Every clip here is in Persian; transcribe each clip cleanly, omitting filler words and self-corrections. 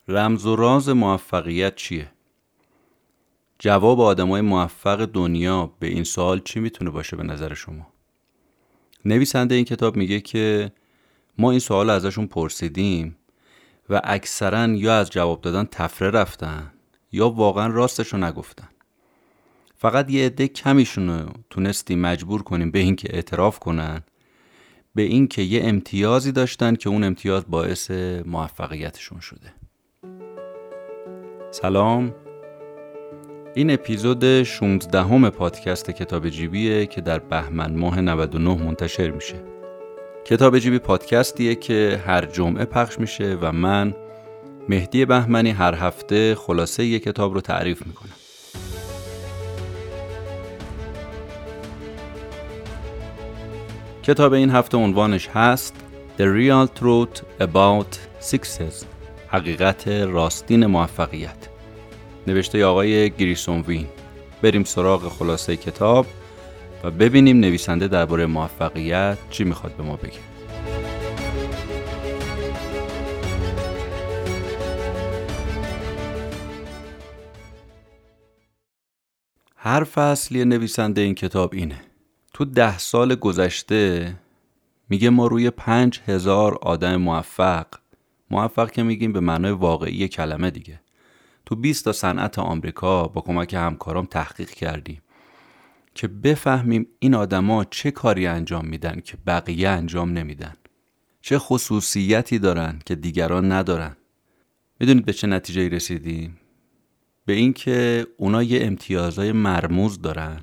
رمز و راز موفقیت چیه؟ جواب آدمای موفق دنیا به این سوال چی میتونه باشه به نظر شما؟ نویسنده این کتاب میگه که ما این سوال ازشون پرسیدیم و اکثرا یا از جواب دادن تفره رفتن یا واقعا راستشو نگفتن. فقط یه عده کمیشونو تونستیم مجبور کنیم به این که اعتراف کنن به این که یه امتیازی داشتن که اون امتیاز باعث موفقیتشون شده. سلام، این اپیزود 16 پادکست کتاب جیبیه که در بهمن ماه 99 منتشر میشه. کتاب جیبی پادکستیه که هر جمعه پخش میشه و من مهدی بهمنی هر هفته خلاصه یک کتاب رو تعریف میکنم. کتاب این هفته عنوانش هست The Real Truth About Success، حقیقت راستین موفقیت، نوشته آقای گریسون وین. بریم سراغ خلاصه کتاب و ببینیم نویسنده درباره موفقیت چی میخواد به ما بگه. هر فصل نویسنده این کتاب اینه. تو 10 سال گذشته میگه ما روی 5000 آدم موفق که میگیم به معنای واقعی کلمه دیگه، تو 20 تا صنعت آمریکا با کمک همکارام تحقیق کردیم که بفهمیم این آدما چه کاری انجام میدن که بقیه انجام نمیدن، چه خصوصیتی دارن که دیگران ندارن. میدونید به چه نتیجه‌ای رسیدیم؟ به این که اونا یه امتیازهای مرموز دارن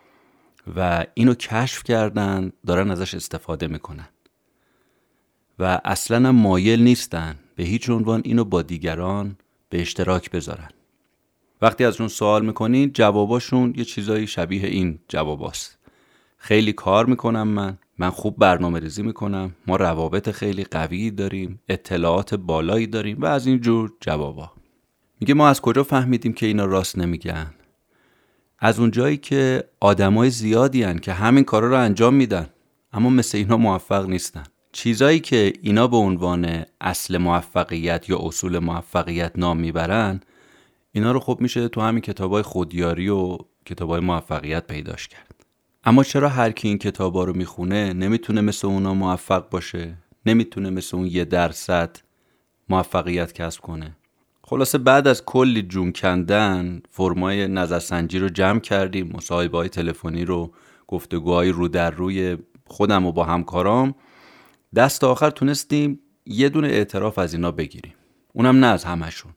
و اینو کشف کردن، دارن ازش استفاده میکنن و اصلاً هم مایل نیستن به هیچ عنوان اینو با دیگران به اشتراک بذارن. وقتی ازشون سوال میکنین جواباشون یه چیزایی شبیه این جواباست: خیلی کار میکنم، من خوب برنامه ریزی میکنم، ما روابط خیلی قوی داریم، اطلاعات بالایی داریم و از این جور جوابا. میگه ما از کجا فهمیدیم که اینا راست نمیگن؟ از اون جایی که آدمای زیادی هن که همین کارا رو انجام میدن اما مثل اینا موفق نیستن. چیزایی که اینا به عنوان اصل موفقیت یا اصول موفقیت نام میبرن، اینا رو خب میشه تو همین کتابای خودیاری و کتابای موفقیت پیداش کرد. اما چرا هر کی این کتابا رو میخونه نمیتونه مثل اونا موفق باشه؟ نمیتونه مثل اون 1% موفقیت کسب کنه؟ خلاصه بعد از کلی جون کندن فرمای نظرسنجی رو جمع کردیم، مصاحبه‌های تلفنی رو، گفتگوهای رو در روی خودم و با همکارام، دست آخر تونستیم یه دونه اعتراف از اینا بگیریم. اونم نه از همشون.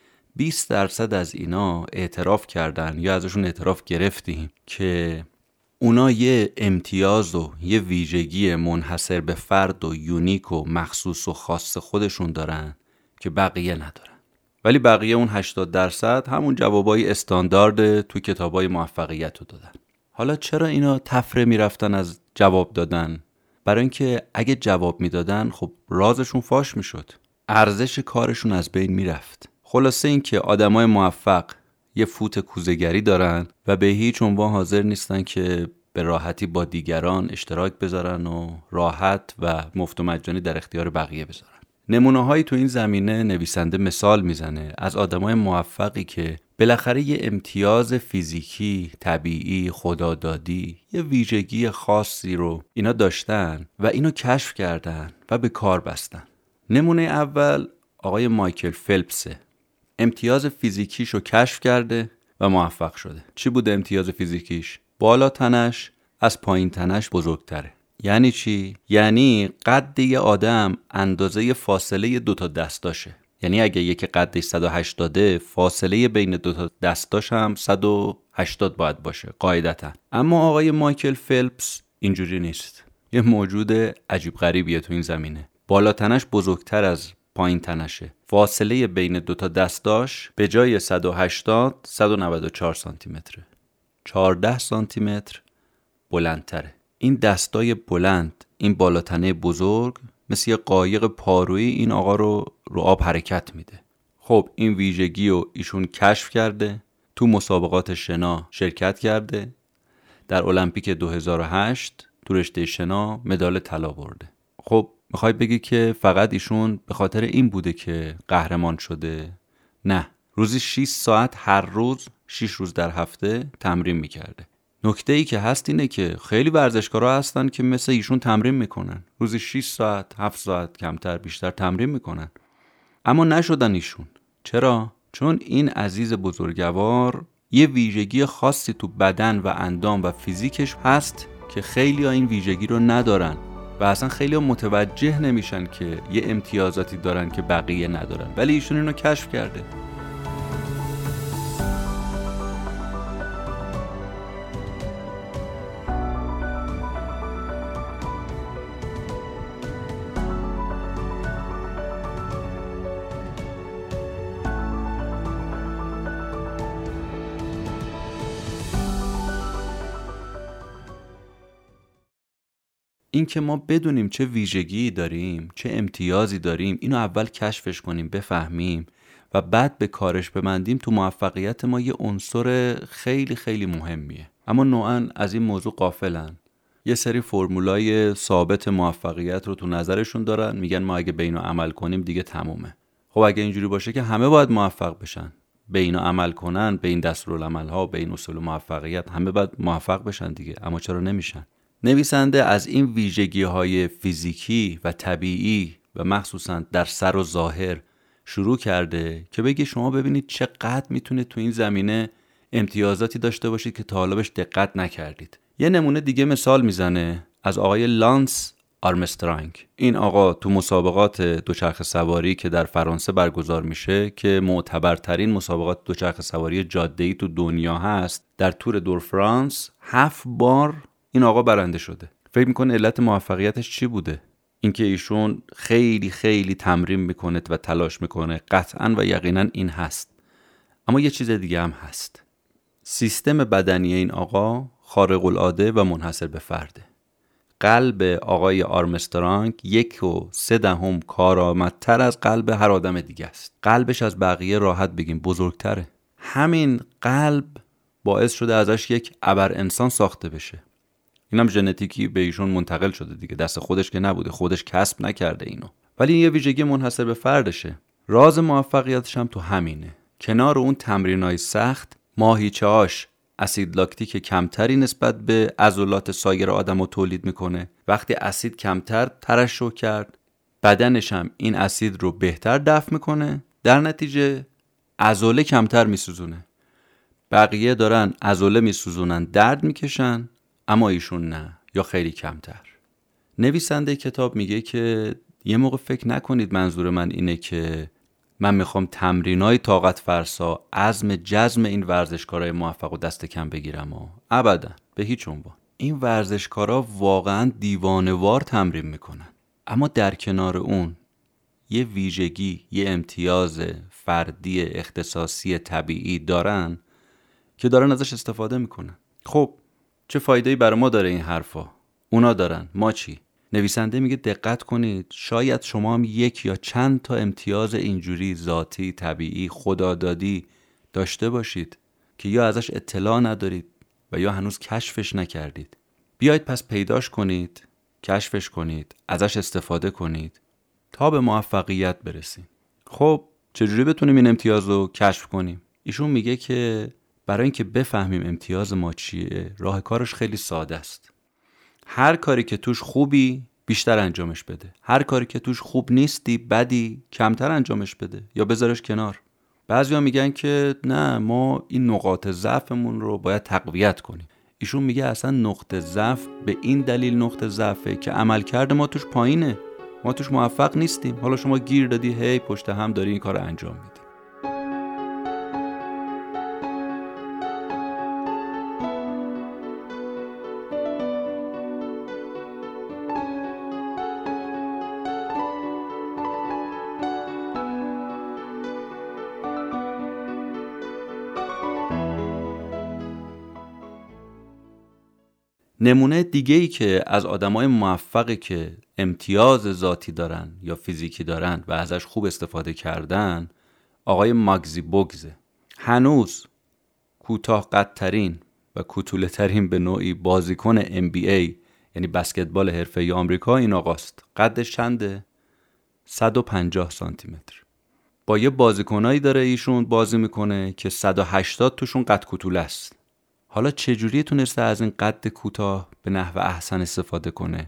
20% از اینا اعتراف کردن یا ازشون اعتراف گرفتیم که اونا یه امتیاز و یه ویژگی منحصر به فرد و یونیک و مخصوص و خاص خودشون دارن که بقیه ندارن. ولی بقیه اون 80% همون جوابای استاندارد تو کتابای موفقیت رو دادن. حالا چرا اینا تفره میرفتن از جواب دادن؟ برای اینکه اگه جواب میدادن خب رازشون فاش میشد، ارزش کارشون از بین میرفت. خلاصه این که آدمای موفق یه فوت کوزه‌گری دارن و به هیچ عنوان حاضر نیستن که به راحتی با دیگران اشتراک بذارن و راحت و مفت و مجانی در اختیار بقیه بذارن. نمونه‌هایی تو این زمینه نویسنده مثال میزنه از آدمای موفقی که بالاخره یه امتیاز فیزیکی، طبیعی، خدادادی، یه ویژگی خاصی رو اینا داشتن و اینو کشف کردن و به کار بستن. نمونه اول آقای مایکل فلپسه. امتیاز فیزیکیشو کشف کرده و موفق شده. چی بوده امتیاز فیزیکیش؟ بالا تنش از پایین تنش بزرگتره. یعنی چی؟ یعنی قد یه آدم اندازه فاصله 2 تا دستاشه. یعنی اگه یکی قدش 180، فاصله بین 2 تا دستاش هم 180 باید باشه قاعدتا. اما آقای مایکل فلپس اینجوری نیست. یه موجود عجیب غریبیه تو این زمینه. بالا تنش بزرگتر از پایین تنشه. فاصله بین 2 تا دستاش به جای 180 194 سانتی متره. 14 سانتی متر بلندتره. این دستای بلند، این بالاتنه بزرگ مثل یه قایق پارویی این آقا رو آب حرکت میده. خب این ویژگی رو ایشون کشف کرده، تو مسابقات شنا شرکت کرده، در المپیک 2008 تو رشته شنا مدال طلا برده. خب میخوای بگی که فقط ایشون به خاطر این بوده که قهرمان شده؟ نه، روزی 6 ساعت هر روز 6 روز در هفته تمرین میکرده. نکته ای که هست اینه که خیلی ورزشکارا هستن که مثل ایشون تمرین میکنن، روزی 6 ساعت 7 ساعت کمتر بیشتر تمرین میکنن، اما نشدن ایشون. چرا؟ چون این عزیز بزرگوار یه ویژگی خاصی تو بدن و اندام و فیزیکش هست که خیلی ها این ویژگی رو ندارن و اصلا خیلی ها متوجه نمیشن که یه امتیازاتی دارن که بقیه ندارن، ولی ایشون اینو کشف کرده. این که ما بدونیم چه ویژگی داریم، چه امتیازی داریم، اینو اول کشفش کنیم، بفهمیم و بعد به کارش ببندیم، تو موفقیت ما یه عنصر خیلی خیلی مهمیه. اما نوعاً از این موضوع غافلن. یه سری فرمولای ثابت موفقیت رو تو نظرشون دارن، میگن ما اگه به اینو عمل کنیم دیگه تمومه. خب اگه اینجوری باشه که همه باید موفق بشن، به اینو عمل کنن، به این دستورالعمل‌ها، به این اصول موفقیت، همه باید موفق بشن دیگه. اما چرا نمیشن؟ نویسنده از این ویژگی‌های فیزیکی و طبیعی و مخصوصاً در سر و ظاهر شروع کرده که بگه شما ببینید چقدر میتونه تو این زمینه امتیازاتی داشته باشید که تا حالا بهش دقت نکردید. یه نمونه دیگه مثال میزنه از آقای لانس آرمسترانگ. این آقا تو مسابقات دوچرخه سواری که در فرانسه برگزار میشه که معتبرترین مسابقات دوچرخه سواری جاده‌ای تو دنیا هست، در تور دور فرانس 7 بار این آقا برنده شده. فکر میکنه علت موفقیتش چی بوده؟ اینکه ایشون خیلی خیلی تمرین میکنه و تلاش میکنه، قطعاً و یقیناً این هست. اما یه چیز دیگه هم هست. سیستم بدنی این آقا خارق العاده و منحصر به فرده. قلب آقای آرمسترانگ 1.3 کارآمدتر از قلب هر آدم دیگه است. قلبش از بقیه راحت بگیم بزرگتره. همین قلب باعث شده ازش یک ابر انسان ساخته بشه. اینم ژنتیکی به ایشون منتقل شده دیگه، دست خودش که نبوده، خودش کسب نکرده اینو. ولی این یه ویژگی منحصر به فردشه. راز موفقیتش هم تو همینه. کنار اون تمرینای سخت، ماهیچه‌هاش اسید لاکتیک کمتری نسبت به عضلات سایر آدمو تولید میکنه. وقتی اسید کمتر ترشح کرد، بدنش هم این اسید رو بهتر دفع میکنه، در نتیجه عضله کمتر میسوزونه. بقیه دارن عضله میسوزونن، درد میکشن، اما ایشون نه، یا خیلی کمتر. نویسنده کتاب میگه که یه موقع فکر نکنید منظور من اینه که من میخوام تمرینای طاقت فرسا، عزم جزم این ورزشکارای موفق و دست کم بگیرم. ابدا، به هیچ عنوان. این ورزشکارا واقعا دیوانه‌وار تمرین میکنن، اما در کنار اون یه ویژگی، یه امتیاز فردی اختصاصی طبیعی دارن که دارن ازش استفاده میکنن. خب چه فایده‌ای برای ما داره این حرفا؟ اونا دارن، ما چی؟ نویسنده میگه دقت کنید، شاید شما هم یک یا چند تا امتیاز اینجوری ذاتی، طبیعی، خدادادی داشته باشید که یا ازش اطلاع ندارید و یا هنوز کشفش نکردید. بیایید پس پیداش کنید، کشفش کنید، ازش استفاده کنید تا به موفقیت برسید. خب چجوری بتونیم این امتیاز رو کشف کنیم؟ ایشون میگه که برای اینکه بفهمیم امتیاز ما چیه، راه کارش خیلی ساده است. هر کاری که توش خوبی بیشتر انجامش بده، هر کاری که توش خوب نیستی، بدی، کمتر انجامش بده یا بذارش کنار. بعضیا میگن که نه، ما این نقاط ضعفمون رو باید تقویت کنیم. ایشون میگه اصلا نقطه ضعف به این دلیل نقطه ضعفه که عملکرد ما توش پایینه، ما توش موفق نیستیم. حالا شما گیر دادی، هی پشت هم داری این کار انجام میدی. نمونه دیگه‌ای که از آدمای موفقی که امتیاز ذاتی دارن یا فیزیکی دارن و ازش خوب استفاده کردن، آقای ماگزی بوگزه. هنوز کوتاه قدترین و کوتوله ترین به نوعی بازیکن NBA، یعنی بسکتبال حرفه‌ای آمریکا این آقاست. قدش چنده؟ 150 سانتی متر. با یه بازیکنایی داره ایشون بازی میکنه که 180 توشون قد کوتوله است. حالا چجوری تونسته از این قد کوتاه به نحو احسن استفاده کنه؟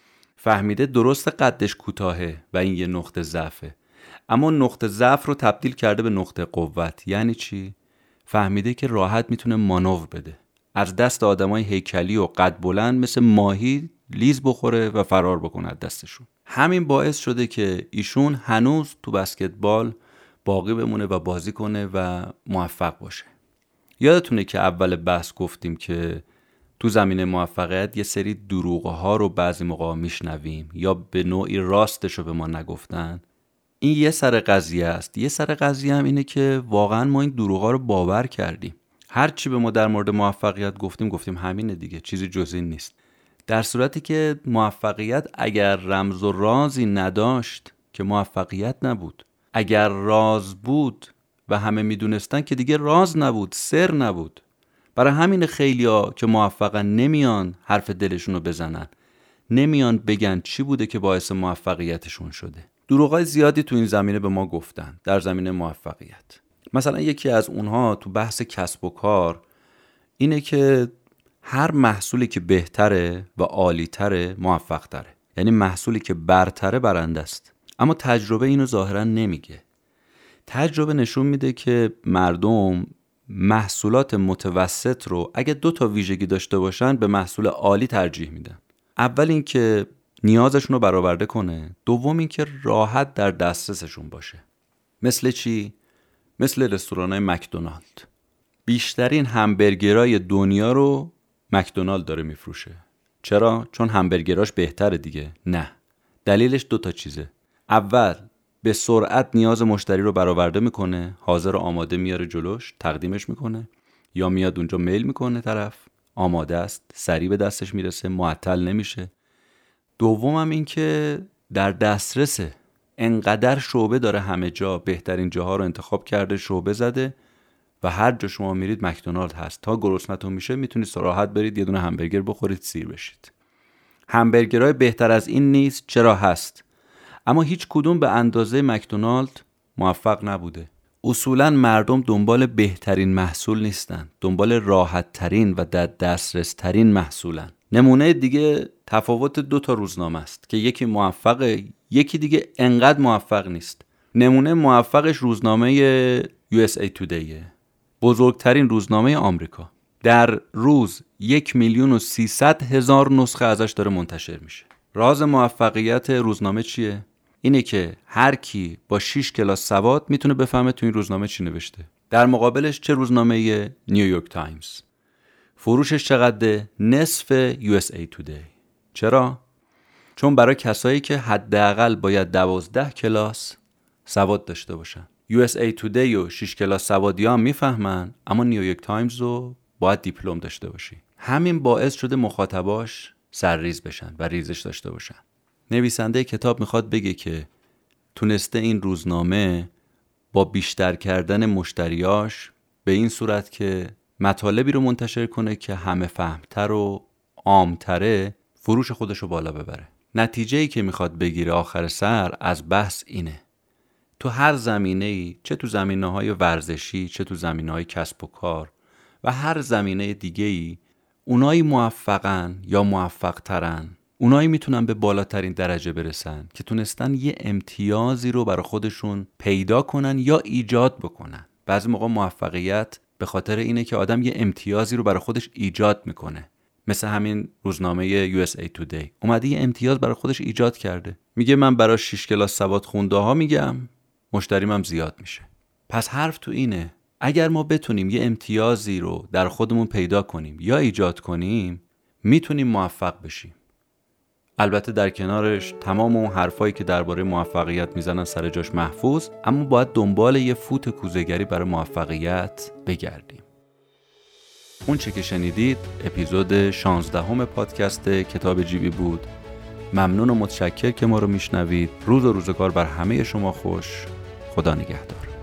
فهمیده درست قدش کوتاهه و این یه نقطه ضعفه، اما نقطه ضعف رو تبدیل کرده به نقطه قوت. یعنی چی؟ فهمیده که راحت میتونه مانور بده، از دست آدمای هیکلی و قد بلند مثل ماهی لیز بخوره و فرار بکنه از دستشون. همین باعث شده که ایشون هنوز تو بسکتبال باقی بمونه و بازی کنه و موفق باشه. یادتونه که اول بحث گفتیم که تو زمینه موفقیت یه سری دروغ‌ها رو بعضی موقع میشنویم یا به نوعی راستش رو به ما نگفتن. این یه سر قضیه است. یه سر قضیه هم اینه که واقعا ما این دروغ‌ها رو باور کردیم. هر چی به ما در مورد موفقیت گفتیم همینه دیگه، چیزی جز این نیست. در صورتی که موفقیت اگر رمز و رازی نداشت که موفقیت نبود. اگر راز بود و همه میدونستن که دیگه راز نبود، سر نبود. برای همین خیلیا که موفقن نمیان حرف دلشون رو بزنن، نمیان بگن چی بوده که باعث موفقیتشون شده. دروغای زیادی تو این زمینه به ما گفتن در زمینه موفقیت. مثلا یکی از اونها تو بحث کسب و کار اینه که هر محصولی که بهتره و عالی‌تره موفق‌تره. یعنی محصولی که برتره برنده است. اما تجربه اینو ظاهرا نمیگه. تجربه نشون میده که مردم محصولات متوسط رو اگه 2 ویژگی داشته باشن به محصول عالی ترجیح میدن. اول این که نیازشون رو برآورده کنه، دوم این که راحت در دسترسشون باشه. مثل چی؟ مثل رستوران‌های مکدونالد. بیشترین همبرگرای دنیا رو مکدونالد داره میفروشه. چرا؟ چون همبرگراش بهتره دیگه؟ نه. دلیلش 2 چیزه. اول به سرعت نیاز مشتری رو برآورده میکنه، حاضر و آماده میاره جلوش، تقدیمش میکنه، یا میاد اونجا میل میکنه طرف، آماده است، سریع به دستش میرسه، معطل نمیشه. دومم این که در دسترسه. انقدر شعبه داره همه جا، بهترین جاها رو انتخاب کرده، شعبه زده و هر جا شما میرید مکدونالد هست. تا گرسنتون میشه میتونید راحت برید یه دونه همبرگر بخورید، سیر بشید. همبرگرای بهتر از این نیست. چرا هست؟ اما هیچ کدوم به اندازه مکدونالد موفق نبوده. اصولاً مردم دنبال بهترین محصول نیستن، دنبال راحت ترین و در دسترس ترین محصولن. نمونه دیگه تفاوت 2 روزنامه است که یکی موفقه، یکی دیگه انقدر موفق نیست. نمونه موفقش روزنامه USA Today، بزرگترین روزنامه آمریکا. در روز 1,300,000 نسخه ازش داره منتشر میشه. راز موفقیت روزنامه چیه؟ اینه که هر کی با 6 کلاس سواد میتونه بفهمه تو این روزنامه چی نوشته. در مقابلش چه روزنامه؟ نیویورک تایمز. فروشش چقدره؟ نصف USA Today. چرا؟ چون برای کسایی که حداقل باید 12 کلاس سواد داشته باشن. USA Today و 6 کلاس سوادی هم میفهمن، اما نیویورک تایمز رو باید دیپلم داشته باشی. همین باعث شده مخاطباش سرریز بشن و ریزش داشته باشن. نویسنده کتاب میخواد بگه که تونسته این روزنامه با بیشتر کردن مشتریاش به این صورت که مطالبی رو منتشر کنه که همه فهمتر و عامتره، فروش خودش رو بالا ببره. نتیجه‌ای که میخواد بگیره آخر سر از بحث اینه: تو هر زمینه‌ای، چه تو زمینه‌های ورزشی، چه تو زمینه‌های کسب و کار و هر زمینه دیگه‌ای، اونایی موفقن یا موفق‌ترن، اونایی میتونن به بالاترین درجه برسن که تونستن یه امتیازی رو برای خودشون پیدا کنن یا ایجاد بکنن. بعضی موقع موفقیت به خاطر اینه که آدم یه امتیازی رو برای خودش ایجاد میکنه. مثل همین روزنامه USA Today اومده یه امتیاز برای خودش ایجاد کرده. میگه من برای 6 کلاس سواد خونده ها میگم، مشتریم هم زیاد میشه. پس حرف تو اینه: اگر ما بتونیم یه امتیازی رو در خودمون پیدا کنیم یا ایجاد کنیم، میتونیم موفق بشیم. البته در کنارش تمام اون حرفایی که درباره موفقیت میزنن سر جاش محفوظ، اما باید دنبال یه فوت کوزه‌گری برای موفقیت بگردیم. اون چه که شنیدید اپیزود 16 پادکست کتاب جیبی بود. ممنون و متشکر که ما رو میشنوید. روز و روزگار بر همه شما خوش. خدا نگهدار.